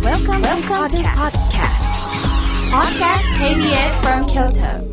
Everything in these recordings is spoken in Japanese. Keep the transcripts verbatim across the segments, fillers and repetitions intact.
Welcome, Welcome to podcast. Podcast ケービーエス from Kyoto.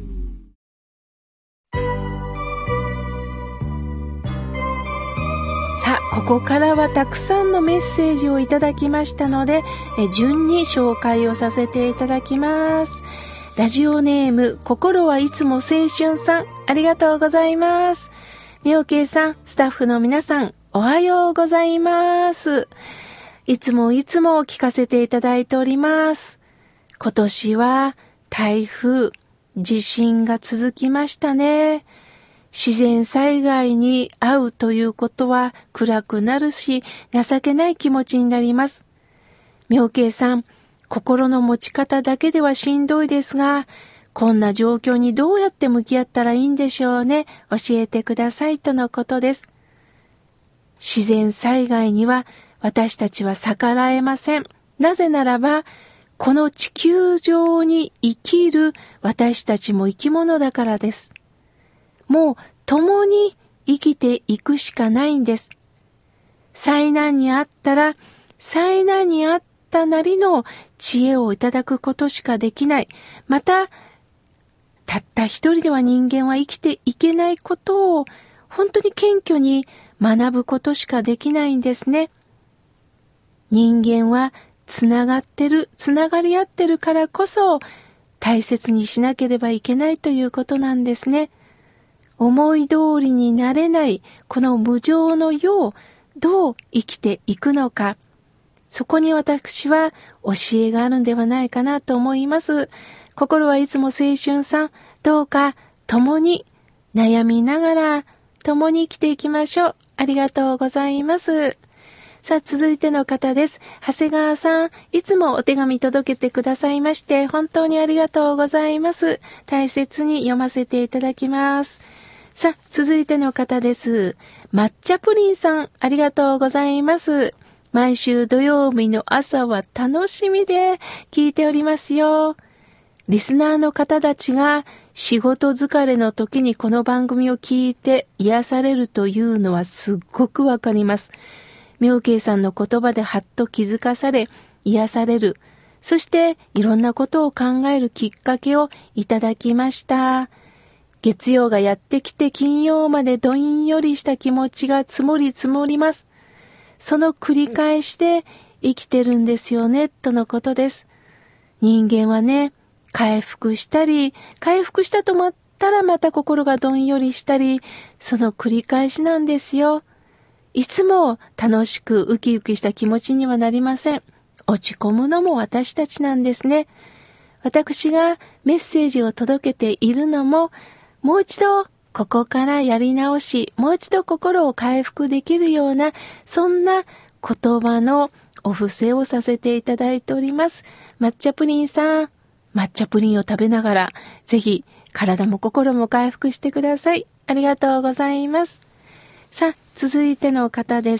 さあ、ここからはたくさんのメッセージをいただきましたので、え順に紹介をさせていただきます。ラジオネーム、心はいつも青春さん、ありがとうございます。妙慶さん、スタッフの皆さん、おはようございます。いつもいつも聞かせていただいております。今年は台風、地震が続きましたね。自然災害に遭うということは暗くなるし、情けない気持ちになります。妙慶さん、心の持ち方だけではしんどいですが、こんな状況にどうやって向き合ったらいいんでしょうね。教えてくださいとのことです。自然災害には私たちは逆らえません。なぜならば、この地球上に生きる私たちも生き物だからです。もう共に生きていくしかないんです。災難にあったら、災難にあったなりの知恵をいただくことしかできない。また、たった一人では人間は生きていけないことを本当に謙虚に学ぶことしかできないんですね。人間はつながってる、つながり合ってるからこそ大切にしなければいけないということなんですね。思い通りになれないこの無常の世をどう生きていくのか、そこに私は教えがあるんではないかなと思います。心はいつも青春さん、どうか共に悩みながら共に生きていきましょう。ありがとうございます。さあ、続いての方です。長谷川さん、いつもお手紙届けてくださいまして本当にありがとうございます。大切に読ませていただきます。さあ、続いての方です。抹茶プリンさん、ありがとうございます。毎週土曜日の朝は楽しみで聞いておりますよ。リスナーの方たちが仕事疲れの時にこの番組を聞いて癒されるというのはすっごくわかります。妙慶さんの言葉ではっと気づかされ、癒される。そしていろんなことを考えるきっかけをいただきました。月曜がやってきて金曜までどんよりした気持ちが積もり積もります。その繰り返しで生きてるんですよね、とのことです。人間はね、回復したり、回復したと思ったらまた心がどんよりしたり、その繰り返しなんですよ。いつも楽しくウキウキした気持ちにはなりません。落ち込むのも私たちなんですね。私がメッセージを届けているのも、もう一度ここからやり直し、もう一度心を回復できるような、そんな言葉のお布施をさせていただいております。抹茶プリンさん、抹茶プリンを食べながら、ぜひ体も心も回復してください。ありがとうございます。さあ、続いての方です。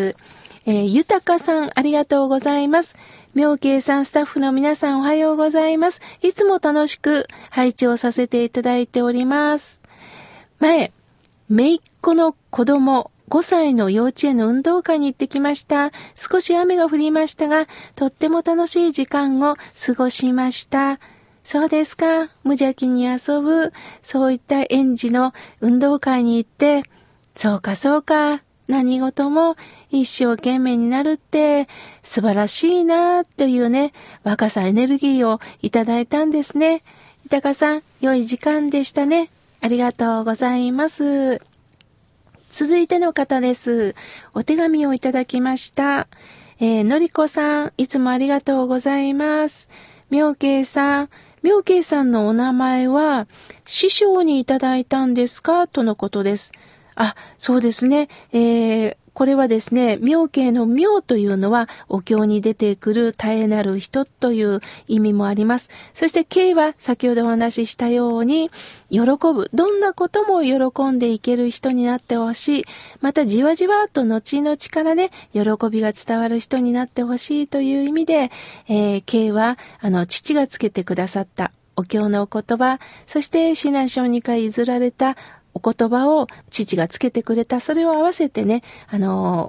えー、ゆたかさん、ありがとうございます。妙慶さん、スタッフの皆さん、おはようございます。いつも楽しく配置をさせていただいております。前、姪っ子の子供、ごさいの幼稚園の運動会に行ってきました。少し雨が降りましたが、とっても楽しい時間を過ごしました。そうですか。無邪気に遊ぶ、そういった園児の運動会に行って、そうかそうか、何事も一生懸命になるって素晴らしいなというね、若さエネルギーをいただいたんですね。豊かさん、良い時間でしたね。ありがとうございます。続いての方です。お手紙をいただきました。えー、のりこさん、いつもありがとうございます。妙慶さん、妙慶さんのお名前は師匠にいただいたんですかとのことです。あ、そうですね。えー、これはですね、妙慶の妙というのはお経に出てくる絶えなる人という意味もあります。そして慶は先ほどお話ししたように喜ぶ、どんなことも喜んでいける人になってほしい。またじわじわと後々からね、喜びが伝わる人になってほしいという意味で、えー、慶はあの父がつけてくださったお経のお言葉、そして親鸞聖人から譲られたお言葉を父がつけてくれた。それを合わせてね、あの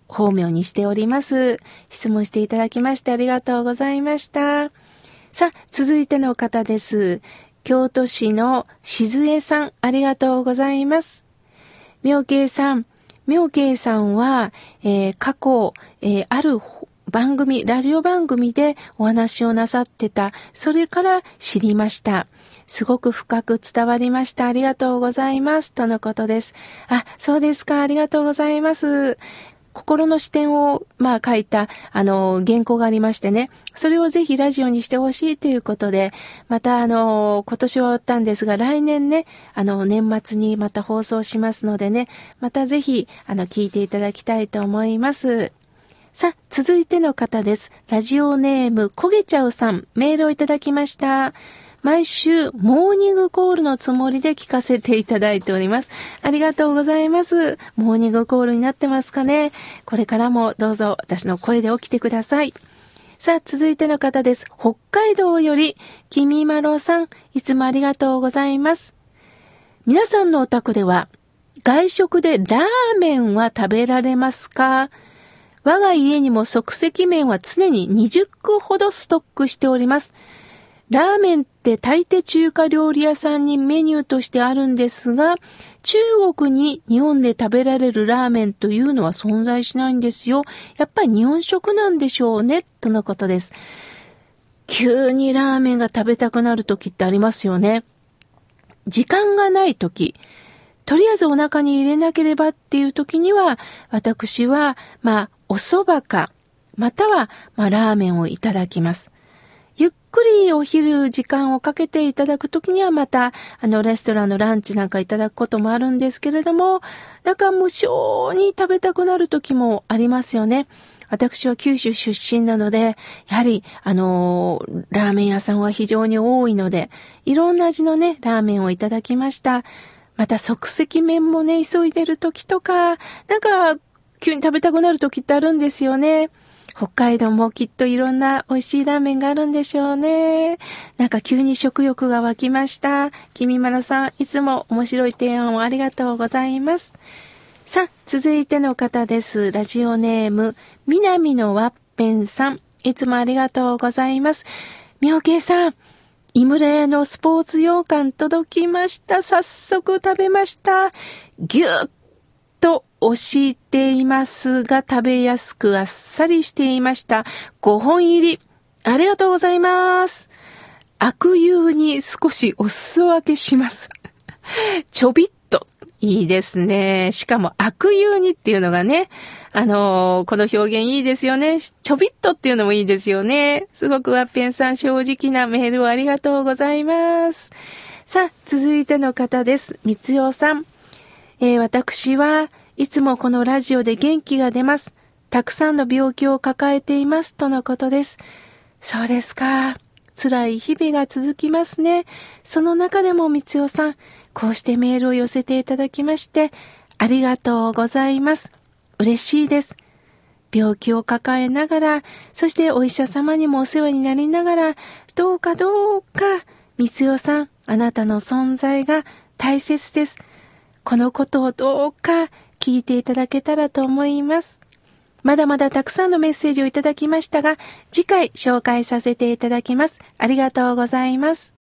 本名にしております。質問していただきましてありがとうございました。さあ、続いての方です。京都市のしずえさん、ありがとうございます。妙慶さん、妙慶さんは、えー、過去、えー、ある番組、ラジオ番組でお話をなさってた、それから知りました。すごく深く伝わりました。ありがとうございます。とのことです。あ、そうですか。ありがとうございます。心の視点を、まあ、書いた、あの、原稿がありましてね。それをぜひラジオにしてほしいということで、また、あの、今年は終わったんですが、来年ね、あの、年末にまた放送しますのでね、またぜひ、あの、聞いていただきたいと思います。さあ、続いての方です。ラジオネーム、こげちゃうさん、メールをいただきました。毎週、モーニングコールのつもりで聞かせていただいております。ありがとうございます。モーニングコールになってますかね。これからもどうぞ私の声で起きてください。さあ、続いての方です。北海道より、きみまろさん、いつもありがとうございます。皆さんのお宅では、外食でラーメンは食べられますか？我が家にも即席麺は常ににじゅっこほどストックしております。ラーメンって大抵中華料理屋さんにメニューとしてあるんですが、中国に日本で食べられるラーメンというのは存在しないんですよ。やっぱり日本食なんでしょうね、とのことです。急にラーメンが食べたくなる時ってありますよね。時間がない時、とりあえずお腹に入れなければっていう時には、私は、まあ、お蕎麦か、または、まあ、ラーメンをいただきます。ゆっくりお昼時間をかけていただくときにはまた、あの、レストランのランチなんかいただくこともあるんですけれども、なんか無性に食べたくなるときもありますよね。私は九州出身なので、やはり、あのー、ラーメン屋さんは非常に多いので、いろんな味のね、ラーメンをいただきました。また即席麺もね、急いでるときとか、なんか、急に食べたくなるときってあるんですよね。北海道もきっといろんな美味しいラーメンがあるんでしょうね。なんか急に食欲が湧きました。きみまろさん、いつも面白い提案をありがとうございます。さあ、続いての方です。ラジオネーム、南のワッペンさん、いつもありがとうございます。妙慶さん、井村屋のスポーツ羊羹届きました。早速食べました。ぎゅっと押していますが、食べやすくあっさりしていました。ごほん入り。ありがとうございます。悪友に少しお裾分けします。ちょびっと。いいですね。しかも悪友にっていうのがね、あのー、この表現いいですよね。ちょびっとっていうのもいいですよね。すごくワッペンさん正直なメールをありがとうございます。さあ、続いての方です。みつよさん。えー、私はいつもこのラジオで元気が出ます。たくさんの病気を抱えていますとのことです。そうですか。辛い日々が続きますね。その中でもみつよさん、こうしてメールを寄せていただきましてありがとうございます。嬉しいです。病気を抱えながら、そしてお医者様にもお世話になりながら、どうかどうかみつよさん、あなたの存在が大切です。このことをどうか聞いていただけたらと思います。まだまだたくさんのメッセージをいただきましたが、次回紹介させていただきます。ありがとうございます。